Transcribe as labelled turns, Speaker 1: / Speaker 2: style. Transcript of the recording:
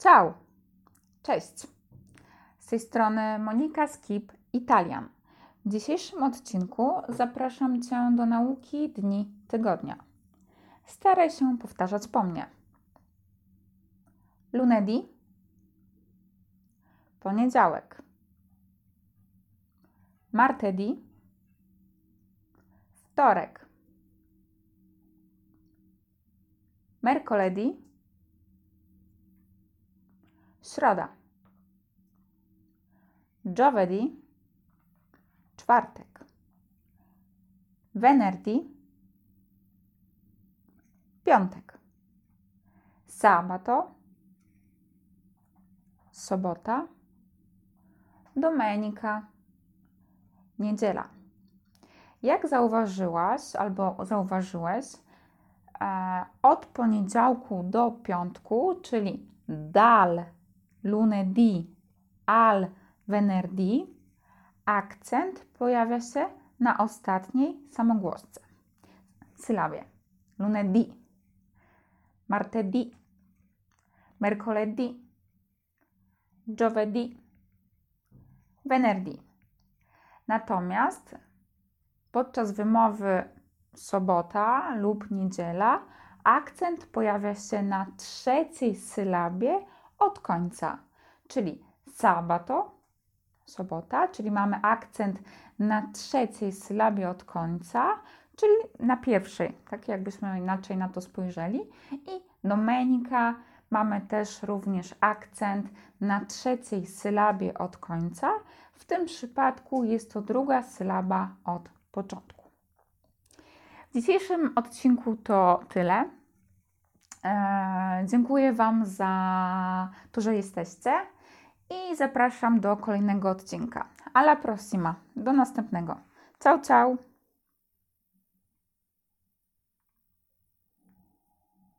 Speaker 1: Ciao! Cześć! Z tej strony Monika z Keep Italian. W dzisiejszym odcinku zapraszam Cię do nauki dni tygodnia. Staraj się powtarzać po mnie. Lunedì, poniedziałek. Martedì, wtorek. Mercoledì, środa. Giovedì, czwartek. Venerdì, piątek. Sabato, sobota. Domenica, niedziela. Jak zauważyłaś albo zauważyłeś, od poniedziałku do piątku, czyli dal lunedì al venerdì, akcent pojawia się na ostatniej samogłosce, sylabie. Lunedì, martedì, mercoledì, giovedì, venerdì. Natomiast podczas wymowy sobota lub niedziela akcent pojawia się na trzeciej sylabie od końca, czyli sabato, sobota, czyli mamy akcent na trzeciej sylabie od końca, czyli na pierwszej, tak jakbyśmy inaczej na to spojrzeli. I domenica mamy też również akcent na trzeciej sylabie od końca. W tym przypadku jest to druga sylaba od początku. W dzisiejszym odcinku to tyle. Dziękuję Wam za to, że jesteście i zapraszam do kolejnego odcinka. Alla prossima. Do następnego. Ciao, ciao!